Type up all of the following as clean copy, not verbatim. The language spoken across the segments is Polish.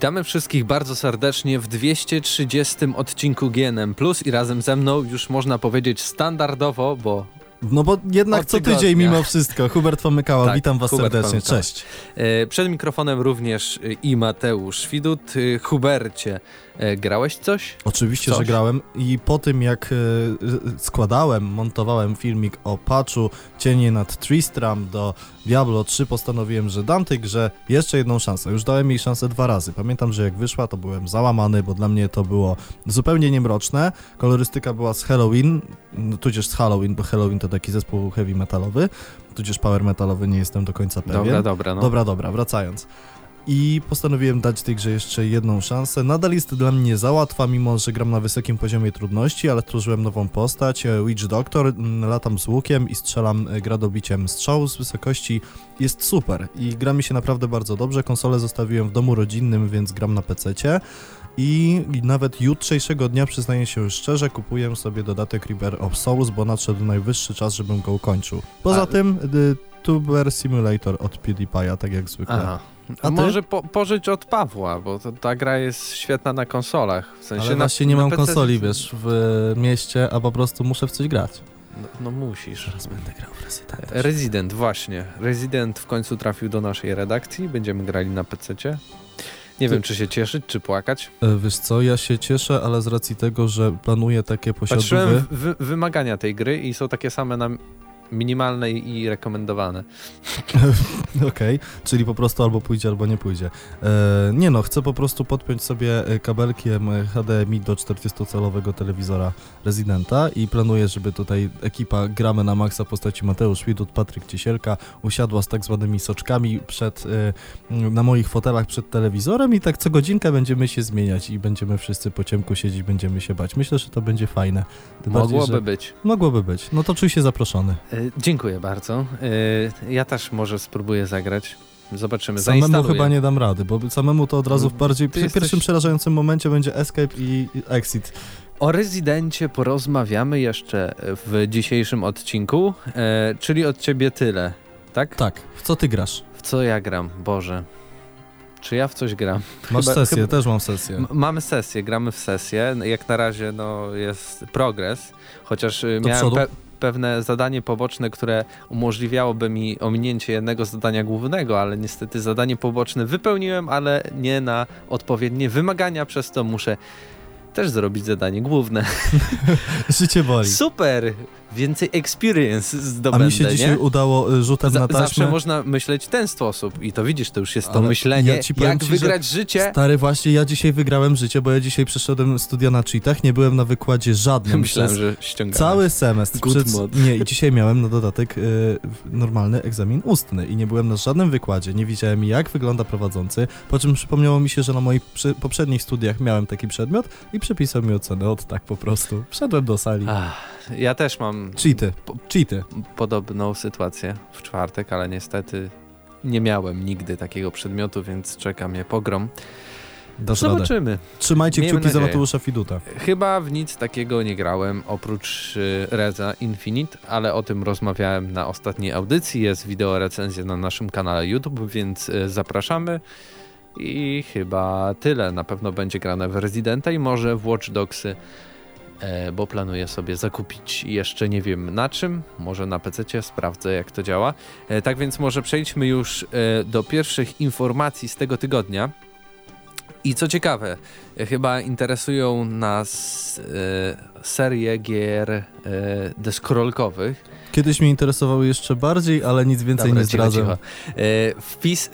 Witamy wszystkich bardzo serdecznie w 230 odcinku GNM+, i razem ze mną już można powiedzieć standardowo, bo... No bo jednak co tydzień mimo wszystko. Hubert Pomykała, tak, witam was Hubert serdecznie, Pomykała. Cześć. Przed mikrofonem również i Mateusz Widut. Hubercie, grałeś coś? Oczywiście, że grałem i po tym jak montowałem filmik o patchu Cienie nad Tristram do Diablo 3, postanowiłem, że dam tej grze jeszcze jedną szansę. Już dałem jej szansę 2 razy. Pamiętam, że jak wyszła, to byłem załamany, bo dla mnie to było zupełnie niemroczne. Kolorystyka była z Halloween, tudzież z Halloween, bo Halloween to taki zespół heavy metalowy, tudzież power metalowy, nie jestem do końca pewien. Dobra, wracając. I postanowiłem dać tej grze jeszcze jedną szansę. Nadal jest dla mnie za łatwa, mimo że gram na wysokim poziomie trudności, ale stworzyłem nową postać, Witch Doctor, latam z łukiem i strzelam gradobiciem strzału z wysokości. Jest super i gra mi się naprawdę bardzo dobrze. Konsolę zostawiłem w domu rodzinnym, więc gram na PC-cie. I nawet jutrzejszego dnia, przyznaję się szczerze, kupuję sobie dodatek Reaper of Souls, bo nadszedł najwyższy czas, żebym go ukończył. Poza tym Tuber Simulator od PewDiePie'a, tak jak zwykle. Aha. A może pożyć od Pawła, bo ta gra jest świetna na konsolach. W sensie ale właśnie nie mam konsoli, wiesz, w mieście, a po prostu muszę w coś grać. No musisz. Teraz będę grał w Resident. Resident, właśnie. Resident w końcu trafił do naszej redakcji. Będziemy grali na PC-cie. Nie wiem, czy się cieszyć, czy płakać. Wiesz co, ja się cieszę, ale z racji tego, że planuję takie posiadówy... Patrzyłem wymagania tej gry i są takie same na minimalne i rekomendowane. Okej, czyli po prostu albo pójdzie, albo nie pójdzie. Nie no, chcę po prostu podpiąć sobie kabelkiem HDMI do 40-calowego telewizora Residenta i planuję, żeby tutaj ekipa Gramy na Maxa w postaci Mateusz Widut, Patryk Ciesielka usiadła z tak zwanymi soczkami na moich fotelach przed telewizorem i tak co godzinkę będziemy się zmieniać i będziemy wszyscy po ciemku siedzieć, będziemy się bać. Myślę, że to będzie fajne. Mogłoby być. No to czuj się zaproszony. Dziękuję bardzo. Ja też może spróbuję zagrać. Zobaczymy. Samemu chyba nie dam rady, bo samemu to od razu w pierwszym przerażającym momencie będzie escape i exit. O Rezydencie porozmawiamy jeszcze w dzisiejszym odcinku, czyli od ciebie tyle, tak? Tak. W co ty grasz? W co ja gram? Boże. Czy ja w coś gram? Masz sesję, też mam sesję. Mamy sesję, gramy w sesję. Jak na razie jest progres, chociaż miałem pewne zadanie poboczne, które umożliwiałoby mi ominięcie jednego zadania głównego, ale niestety zadanie poboczne wypełniłem, ale nie na odpowiednie wymagania, przez to muszę też zrobić zadanie główne. Życie boli. Super! Więcej experience zdobędę, a mi się dzisiaj udało rzutem na taśmę. Zawsze można myśleć w ten sposób i to widzisz, to już jest to myślenie, jak wygrać życie. Stary, właśnie ja dzisiaj wygrałem życie, bo ja dzisiaj przeszedłem studia na cheatach, nie byłem na wykładzie żadnym. Myślałem, że ściągałem. Cały semestr. Nie, i dzisiaj miałem na dodatek normalny egzamin ustny i nie byłem na żadnym wykładzie, nie widziałem jak wygląda prowadzący, po czym przypomniało mi się, że na moich poprzednich studiach miałem taki przedmiot i przepisał mi ocenę tak po prostu. Wszedłem do sali. Ja też mam cheaty. Podobną sytuację w czwartek, ale niestety nie miałem nigdy takiego przedmiotu, więc czeka mnie pogrom. Zobaczymy. Radę. Trzymajcie kciuki za Mateusza Widuta. Chyba w nic takiego nie grałem, oprócz Reza Infinite, ale o tym rozmawiałem na ostatniej audycji. Jest wideo recenzja na naszym kanale YouTube, więc zapraszamy. I chyba tyle. Na pewno będzie grane w Residenta i może w Watch Dogsy, bo planuję sobie zakupić jeszcze nie wiem na czym, może na PC-cie, sprawdzę jak to działa. Tak więc może przejdźmy już do pierwszych informacji z tego tygodnia. I co ciekawe, chyba interesują nas serie gier deskorolkowych. Kiedyś mnie interesowały jeszcze bardziej, ale nic więcej nie zdradzę. Cicho. Wpis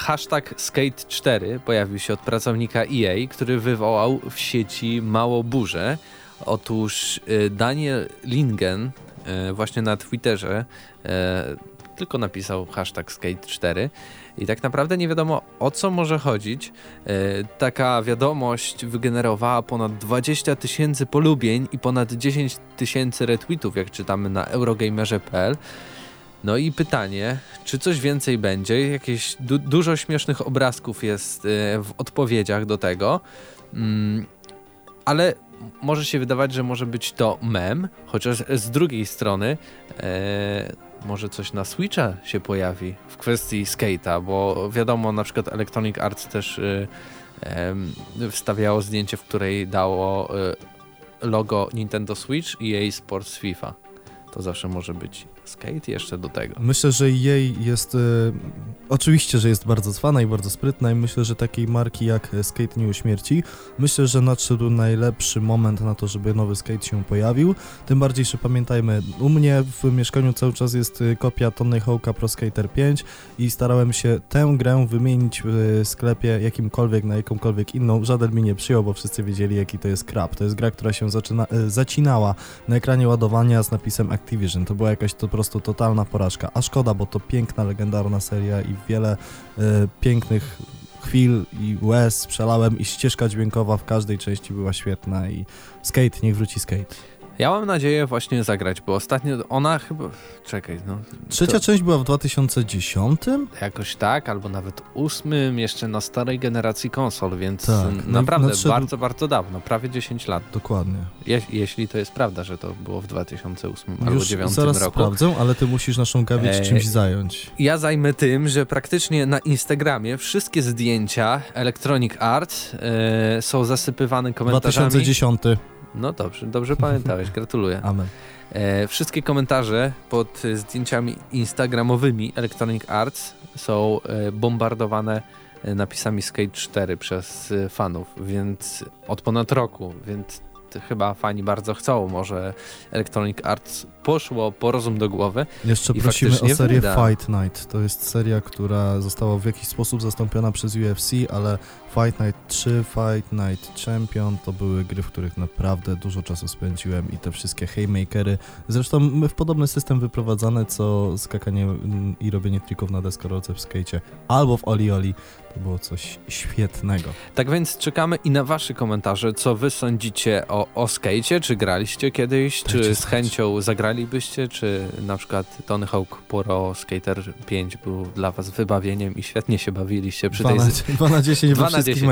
#Skate4 pojawił się od pracownika EA, który wywołał w sieci małą burzę. Otóż Daniel Lingen właśnie na Twitterze tylko napisał #Skate4 i tak naprawdę nie wiadomo o co może chodzić. Taka wiadomość wygenerowała ponad 20 000 polubień i ponad 10 000 retweetów, jak czytamy na eurogamerze.pl. No i pytanie, czy coś więcej będzie? Jakieś dużo śmiesznych obrazków jest w odpowiedziach do tego, ale może się wydawać, że może być to mem, chociaż z drugiej strony może coś na Switcha się pojawi w kwestii skate'a, bo wiadomo, na przykład Electronic Arts też wstawiało zdjęcie, w której dało logo Nintendo Switch i EA Sports FIFA. To zawsze może być Skate jeszcze do tego. Myślę, że jej jest, oczywiście, że jest bardzo cwana i bardzo sprytna i myślę, że takiej marki jak Skate nie uśmierci. Myślę, że nadszedł najlepszy moment na to, żeby nowy Skate się pojawił. Tym bardziej, że pamiętajmy, u mnie w mieszkaniu cały czas jest kopia Tony Hawk'a Pro Skater 5 i starałem się tę grę wymienić w sklepie jakimkolwiek na jakąkolwiek inną. Żaden mi nie przyjął, bo wszyscy wiedzieli, jaki to jest crap. To jest gra, która się zacinała na ekranie ładowania z napisem Activision. To była jakaś po prostu totalna porażka, a szkoda, bo to piękna, legendarna seria i wiele pięknych chwil i łez przelałem i ścieżka dźwiękowa w każdej części była świetna i Skate, niech wróci Skate. Ja mam nadzieję właśnie zagrać, bo ostatnio ona chyba... Czekaj, no... Trzecia część była w 2010? Jakoś tak, albo nawet 8, jeszcze na starej generacji konsol, więc tak, naprawdę bardzo, bardzo dawno, prawie 10 lat. Dokładnie. Jeśli to jest prawda, że to było w 2008 albo 2009 zaraz roku. Sprawdzę, ale ty musisz naszą gawieć czymś zająć. Ja zajmę tym, że praktycznie na Instagramie wszystkie zdjęcia Electronic Arts są zasypywane komentarzami. 2010. No dobrze pamiętałeś, gratuluję. Amen. Wszystkie komentarze pod zdjęciami instagramowymi Electronic Arts są bombardowane napisami Skate 4 przez fanów, więc od ponad roku, więc chyba fani bardzo chcą, może Electronic Arts poszło po rozum do głowy. Jeszcze prosimy o serię Fight Night. To jest seria, która została w jakiś sposób zastąpiona przez UFC, ale Fight Night 3, Fight Night Champion to były gry, w których naprawdę dużo czasu spędziłem i te wszystkie haymakery. Zresztą my w podobny system wyprowadzane, co skakanie i robienie trików na deskorolce w skejcie albo w Oli Oli. To było coś świetnego. Tak więc czekamy i na wasze komentarze, co wy sądzicie o skejcie, czy graliście kiedyś, czy z chęcią zagralibyście, czy na przykład Tony Hawk Pro Skater 5 był dla was wybawieniem i świetnie się bawiliście przy 2 na 10 2 na 10,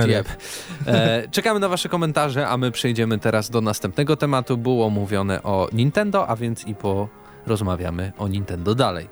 czekamy na wasze komentarze, a my przejdziemy teraz do następnego tematu. Było mówione o Nintendo, a więc i porozmawiamy o Nintendo dalej.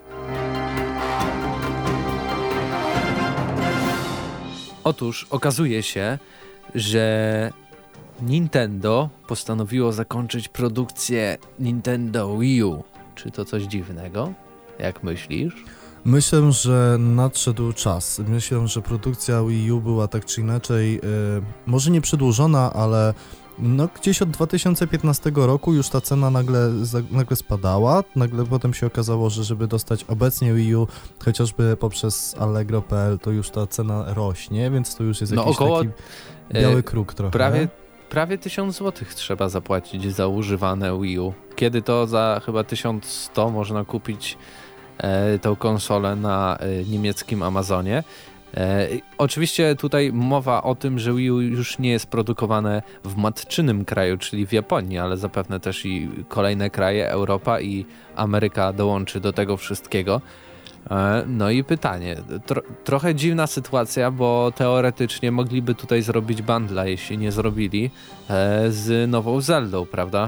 Otóż okazuje się, że Nintendo postanowiło zakończyć produkcję Nintendo Wii U. Czy to coś dziwnego? Jak myślisz? Myślę, że nadszedł czas. Myślę, że produkcja Wii U była tak czy inaczej, może nie przedłużona, ale no gdzieś od 2015 roku już ta cena nagle spadała. Nagle potem się okazało, że żeby dostać obecnie Wii U, chociażby poprzez Allegro.pl, to już ta cena rośnie, więc to już jest jakiś taki biały kruk trochę. Prawie 1000 zł trzeba zapłacić za używane Wii U. Kiedy to za chyba 1100 można kupić tą konsolę na niemieckim Amazonie. Oczywiście tutaj mowa o tym, że Wii U już nie jest produkowane w matczynym kraju, czyli w Japonii, ale zapewne też i kolejne kraje, Europa i Ameryka dołączy do tego wszystkiego. No i pytanie, trochę dziwna sytuacja, bo teoretycznie mogliby tutaj zrobić bundla, jeśli nie zrobili, z nową Zeldą, prawda?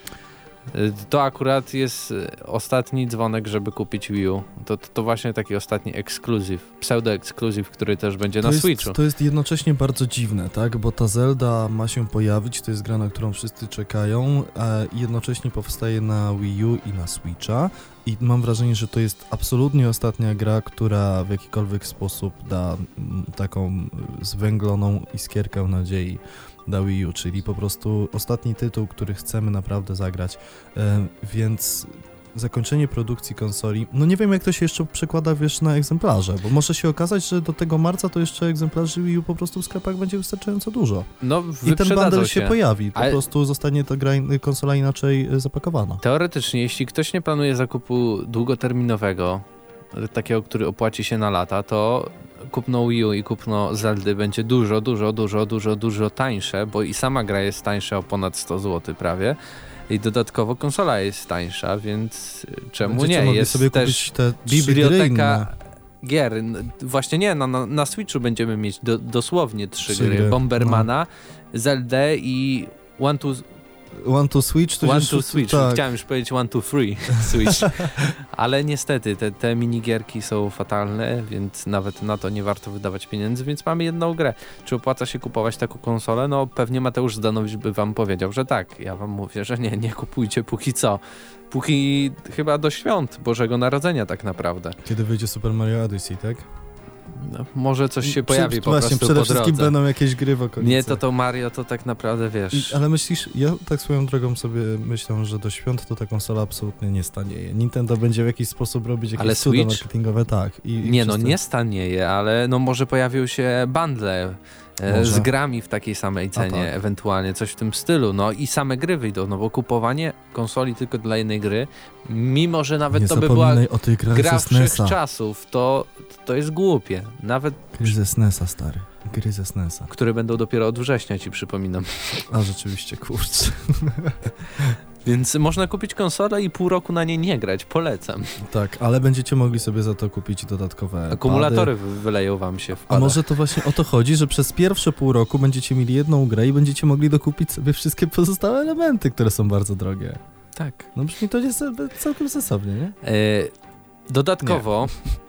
To akurat jest ostatni dzwonek, żeby kupić Wii U. To właśnie taki ostatni ekskluzyw, pseudo-ekskluzyw, który też będzie na Switchu. To jest jednocześnie bardzo dziwne, tak? Bo ta Zelda ma się pojawić, to jest gra, na którą wszyscy czekają, a jednocześnie powstaje na Wii U i na Switcha. I mam wrażenie, że to jest absolutnie ostatnia gra, która w jakikolwiek sposób da taką zwęgloną iskierkę nadziei da Wii U, czyli po prostu ostatni tytuł, który chcemy naprawdę zagrać, więc zakończenie produkcji konsoli, no nie wiem jak to się jeszcze przekłada, wiesz, na egzemplarze, bo może się okazać, że do tego marca to jeszcze egzemplarzy Wii U po prostu w sklepach będzie wystarczająco dużo. No, i ten bundle się pojawi, po prostu zostanie ta konsola inaczej zapakowana. Teoretycznie, jeśli ktoś nie planuje zakupu długoterminowego, takiego, który opłaci się na lata, to kupno Wii U i kupno Zeldy będzie dużo tańsze, bo i sama gra jest tańsza o ponad 100 zł prawie i dodatkowo konsola jest tańsza, więc czemu nie? Jest sobie też te biblioteka gier. Właśnie nie, na Switchu będziemy mieć dosłownie 3 gry. Bombermana, Zeldę i One to Switch? One to Switch, tak. Chciałem już powiedzieć One to Free Switch, ale niestety te minigierki są fatalne, więc nawet na to nie warto wydawać pieniędzy, więc mamy jedną grę. Czy opłaca się kupować taką konsolę? No pewnie Mateusz Zdanowicz by wam powiedział, że tak. Ja wam mówię, że nie kupujcie póki co. Póki chyba do świąt Bożego Narodzenia tak naprawdę. Kiedy wyjdzie Super Mario Odyssey, tak? No, może coś się pojawi po właśnie, prostu przede po wszystkim drodze. będą jakieś gry w okolicy. Nie, to Mario to tak naprawdę wiesz. Ale myślisz, ja tak swoją drogą sobie myślę, że do świąt to ta konsola absolutnie nie stanieje. Nintendo będzie w jakiś sposób robić jakieś cuda marketingowe, tak. Nie stanieje, ale no może pojawią się bundle z grami w takiej samej cenie, ewentualnie coś w tym stylu. No i same gry wyjdą, no bo kupowanie konsoli tylko dla jednej gry, mimo że nawet nie to by była o tych grach gra ze SNES-a. wszechczasów, to jest głupie. Nawet gry ze SNES-a, stary. Gry ze SNES-a. Które będą dopiero od września, ci przypominam. A rzeczywiście, kurczę. Więc można kupić konsolę i pół roku na niej nie grać, polecam. Tak, ale będziecie mogli sobie za to kupić dodatkowe akumulatory wyleją wam się w padach. A może to właśnie o to chodzi, że przez pierwsze pół roku będziecie mieli jedną grę i będziecie mogli dokupić sobie wszystkie pozostałe elementy, które są bardzo drogie. Tak. No brzmi to całkiem sensownie, nie? Dodatkowo,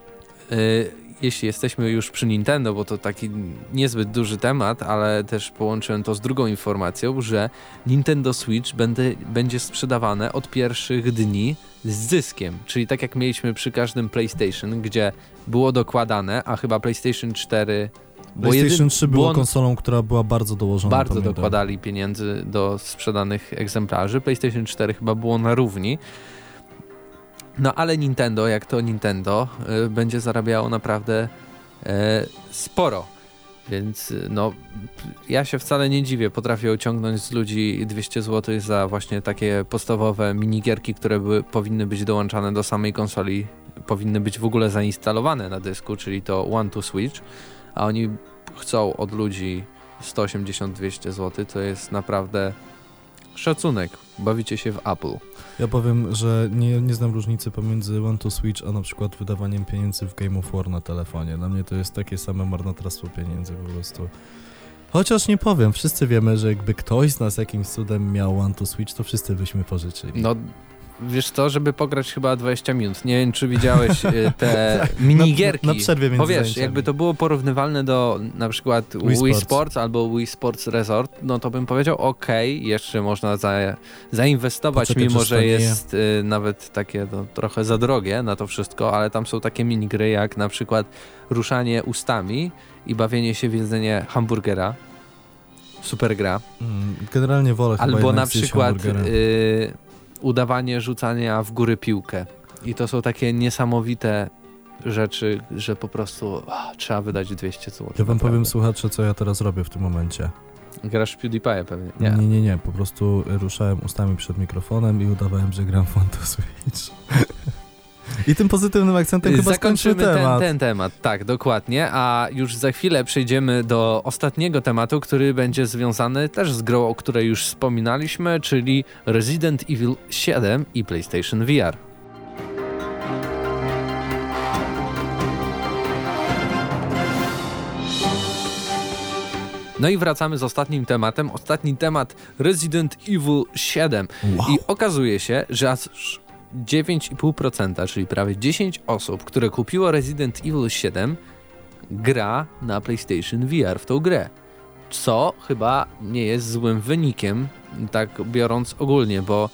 jeśli jesteśmy już przy Nintendo, bo to taki niezbyt duży temat, ale też połączyłem to z drugą informacją, że Nintendo Switch będzie sprzedawane od pierwszych dni z zyskiem, czyli tak jak mieliśmy przy każdym PlayStation, gdzie było dokładane, a chyba PlayStation 4... PlayStation 3 było konsolą, która była bardzo dołożona. Bardzo dokładali pieniędzy do sprzedanych egzemplarzy. PlayStation 4 chyba było na równi. No ale Nintendo, jak to Nintendo, będzie zarabiało naprawdę sporo. Więc no, ja się wcale nie dziwię. Potrafię ociągnąć z ludzi 200 zł za właśnie takie podstawowe minigierki, które powinny być dołączane do samej konsoli, powinny być w ogóle zainstalowane na dysku, czyli to One to Switch, a oni chcą od ludzi 180-200 zł. To jest naprawdę szacunek. Bawicie się w Apple. Ja powiem, że nie znam różnicy pomiędzy One to Switch, a na przykład wydawaniem pieniędzy w Game of War na telefonie. Dla mnie to jest takie same marnotrawstwo pieniędzy po prostu. Chociaż nie powiem, wszyscy wiemy, że jakby ktoś z nas jakimś cudem miał One to Switch, to wszyscy byśmy pożyczyli. No, wiesz co, żeby pograć chyba 20 minut. Nie wiem, czy widziałeś te minigierki. Na przerwie między bo wiesz, zajęciami. Jakby to było porównywalne do na przykład Wii Sports albo Wii Sports Resort, no to bym powiedział jeszcze można zainwestować, poczekaj, mimo że jest nawet takie trochę za drogie na to wszystko, ale tam są takie minigry jak na przykład ruszanie ustami i bawienie się w jedzenie hamburgera. Super gra. Generalnie wolę chyba albo na przykład udawanie rzucania w górę piłkę. I to są takie niesamowite rzeczy, że po prostu trzeba wydać 200 zł. Ja wam powiem, słuchacze, co ja teraz robię w tym momencie. Grasz w PewDiePie pewnie. Nie. Po prostu ruszałem ustami przed mikrofonem i udawałem, że gram w One to Switch. I tym pozytywnym akcentem chyba zakończymy temat. ten temat. Tak, dokładnie. A już za chwilę przejdziemy do ostatniego tematu, który będzie związany też z grą, o której już wspominaliśmy, czyli Resident Evil 7 i PlayStation VR. No i wracamy z ostatnim tematem. Ostatni temat Resident Evil 7. Wow. I okazuje się, że aż 9,5%, czyli prawie 10 osób, które kupiło Resident Evil 7, gra na PlayStation VR w tą grę. Co chyba nie jest złym wynikiem, tak biorąc ogólnie, bo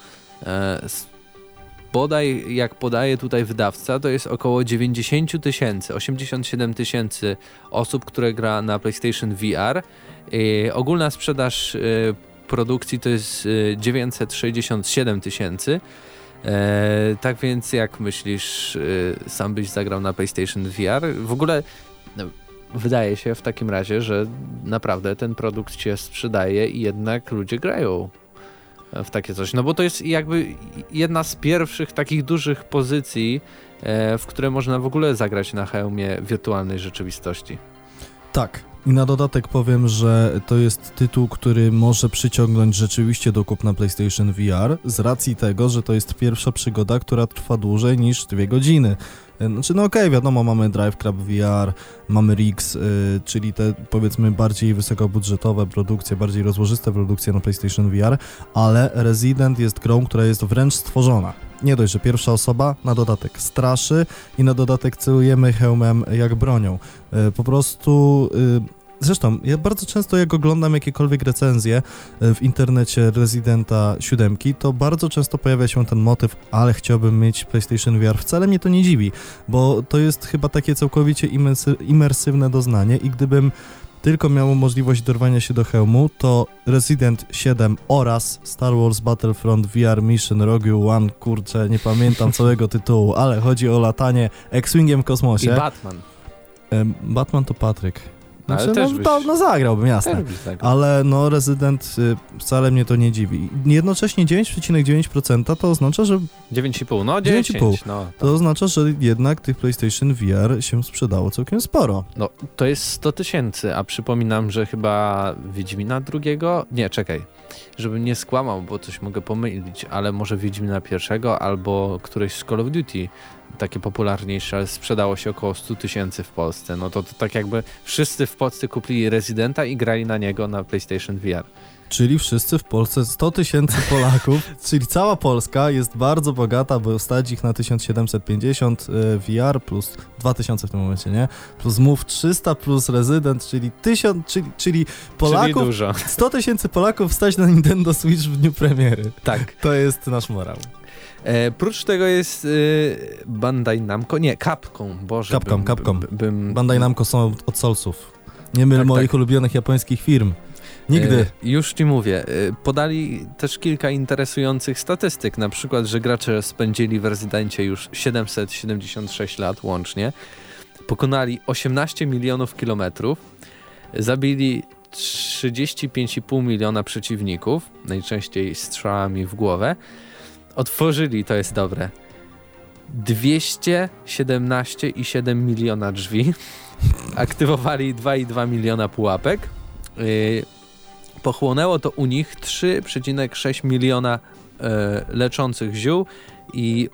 bodaj jak podaje tutaj wydawca, to jest około 90 000, 87 000 osób, które gra na PlayStation VR. Ogólna sprzedaż produkcji to jest 967 000. Tak więc jak myślisz, sam byś zagrał na PlayStation VR? W ogóle wydaje się w takim razie, że naprawdę ten produkt się sprzedaje i jednak ludzie grają w takie coś. No bo to jest jakby jedna z pierwszych takich dużych pozycji, w które można w ogóle zagrać na hełmie wirtualnej rzeczywistości. Tak. I na dodatek powiem, że to jest tytuł, który może przyciągnąć rzeczywiście do kup na PlayStation VR z racji tego, że to jest pierwsza przygoda, która trwa dłużej niż 2 godziny. Znaczy, no okej, wiadomo, mamy Drive Club VR, mamy Rigs, czyli te, powiedzmy, bardziej wysokobudżetowe produkcje, bardziej rozłożyste produkcje na PlayStation VR, ale Resident jest grą, która jest wręcz stworzona. Nie dość, że pierwsza osoba, na dodatek straszy i na dodatek celujemy hełmem jak bronią. Po prostu... Zresztą, ja bardzo często jak oglądam jakiekolwiek recenzje w internecie Residenta 7, to bardzo często pojawia się ten motyw, ale chciałbym mieć PlayStation VR. Wcale mnie to nie dziwi, bo to jest chyba takie całkowicie imersywne doznanie i gdybym tylko miał możliwość dorwania się do hełmu, to Resident 7 oraz Star Wars Battlefront VR Mission Rogue One, kurczę, nie pamiętam całego tytułu, ale chodzi o latanie X-Wingiem w kosmosie. I Batman. Batman to Patryk. Znaczy, Ale też no zagrałbym, jasne. Ale no Resident wcale mnie to nie dziwi. Jednocześnie 9,9% to oznacza, że... 9,5, no 9,5. No, to oznacza, że jednak tych PlayStation VR się sprzedało całkiem sporo. No, to jest 100 000, a przypominam, że chyba Wiedźmina drugiego... Nie, czekaj. Żebym nie skłamał, bo coś mogę pomylić, ale może Wiedźmina pierwszego albo któreś z Call of Duty takie popularniejsze, ale sprzedało się około 100 000 w Polsce. No to tak jakby wszyscy w Polsce kupili Residenta i grali na niego na PlayStation VR. Czyli wszyscy w Polsce, 100 000 Polaków, czyli cała Polska jest bardzo bogata, bo stać ich na 1750 VR plus 2000 w tym momencie, nie? Plus MOVE 300 plus Resident, czyli 1000, czyli Polaków, czyli dużo. 100 000 Polaków stać na Nintendo Switch w dniu premiery. Tak. To jest nasz morał. Prócz tego jest Bandai Namco, nie, Capcom, Boże. Capcom. Bandai Namco są od Soulsów. Nie myl moich ulubionych japońskich firm. Nigdy. Już ci mówię. Podali też kilka interesujących statystyk, na przykład, że gracze spędzili w Residencie już 776 lat łącznie, pokonali 18 milionów kilometrów, zabili 35,5 miliona przeciwników, najczęściej strzałami w głowę, otworzyli, to jest dobre, 217,7 miliona drzwi, aktywowali 2,2 miliona pułapek, pochłonęło to u nich 3,6 miliona leczących ziół i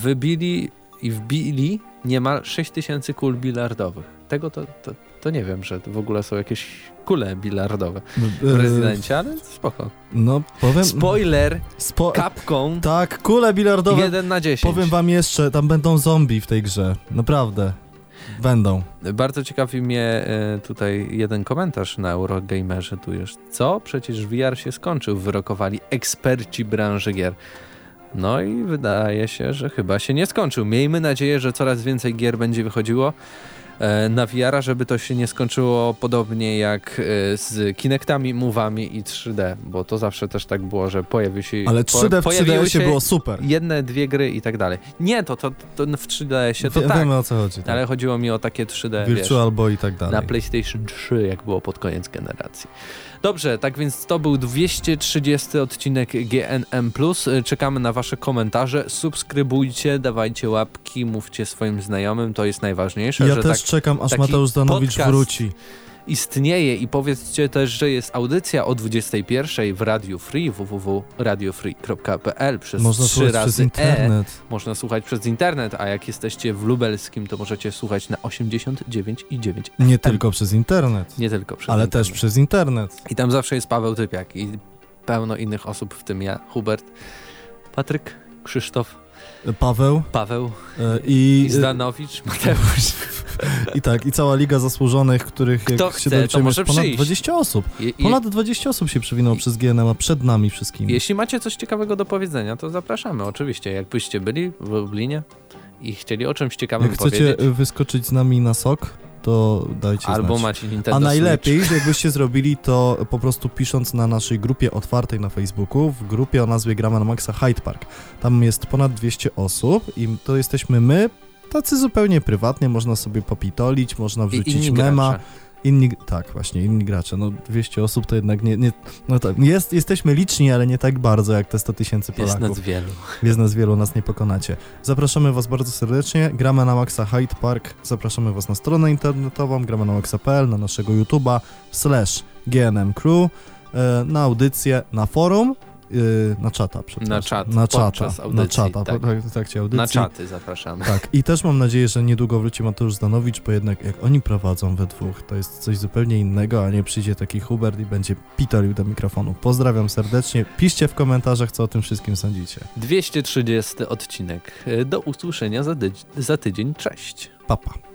wbili niemal 6000 kul bilardowych. Tego to nie wiem, że to w ogóle są jakieś kule bilardowe w Rezydencie, ale spoko. No powiem... Spoiler! Capcom. Tak, kule bilardowe. 1/10. Powiem wam jeszcze, tam będą zombie w tej grze. Naprawdę. Będą. Bardzo ciekawi mnie tutaj jeden komentarz na Eurogamerze tu już. Co? Przecież VR się skończył, wyrokowali eksperci branży gier. No i wydaje się, że chyba się nie skończył. Miejmy nadzieję, że coraz więcej gier będzie wychodziło na VR-a, żeby to się nie skończyło podobnie jak z Kinectami, Move'ami i 3D, bo to zawsze też tak było, że pojawił się... Ale 3D w 3DS-ie było super. Jedne, dwie gry i tak dalej. Nie, to w 3DS-ie to tak. Wiemy, o co chodzi. Tak. Ale chodziło mi o takie 3D, Virtual Boy i tak dalej. Na PlayStation 3, jak było pod koniec generacji. Dobrze, tak więc to był 230 odcinek GNM+. Czekamy na wasze komentarze. Subskrybujcie, dawajcie łapki, mówcie swoim znajomym, to jest najważniejsze. Ja też czekam, aż Mateusz Danowicz wróci. Istnieje i powiedzcie też, że jest audycja o 21:00 w Radio Free, www.radiofree.pl przez można 3 razy przez internet. Można słuchać przez internet, a jak jesteście w lubelskim, to możecie słuchać na 89,9 Nie tylko przez internet. Nie tylko przez ale internet. też przez internet. I tam zawsze jest Paweł Typiak i pełno innych osób, w tym ja, Hubert, Patryk, Krzysztof, Paweł i Zdanowicz, Mateusz. I tak, i cała Liga Zasłużonych, których kto jak chce, się dowiemy, może ponad przyjść. 20 osób. Ponad 20 osób się przewinęło przez GNM, a przed nami wszystkimi. Jeśli macie coś ciekawego do powiedzenia, to zapraszamy oczywiście. Jakbyście byli w Lublinie i chcieli o czymś ciekawym powiedzieć. Jak chcecie wyskoczyć z nami na sok, to dajcie znać. Albo macie Nintendo A najlepiej, Switch. jakbyście zrobili to po prostu pisząc na naszej grupie otwartej na Facebooku, w grupie o nazwie Gramy na Maxa Hyde Park. Tam jest ponad 200 osób i to jesteśmy my, tacy zupełnie prywatnie, można sobie popitolić, można wrzucić mema. Inni gracze. No 200 osób to jednak nie no tak, jesteśmy liczni, ale nie tak bardzo jak te 100 000 Polaków. Jest nas wielu, nas nie pokonacie. Zapraszamy was bardzo serdecznie, Gramy na Maxa Hyde Park, zapraszamy was na stronę internetową, gramy na maxa.pl, na naszego YouTube'a, /GNM Crew, na audycję, na forum na czata, przepraszam. Na czat, Na czata, podczas audycji, na czata, tak. w trakcie audycji. Na czaty zapraszamy. Tak, i też mam nadzieję, że niedługo wróci Mateusz Zdanowicz, bo jednak jak oni prowadzą we dwóch, to jest coś zupełnie innego, a nie przyjdzie taki Hubert i będzie pitolił do mikrofonu. Pozdrawiam serdecznie, piszcie w komentarzach, co o tym wszystkim sądzicie. 230 odcinek. Do usłyszenia za tydzień. Cześć. Pa, pa.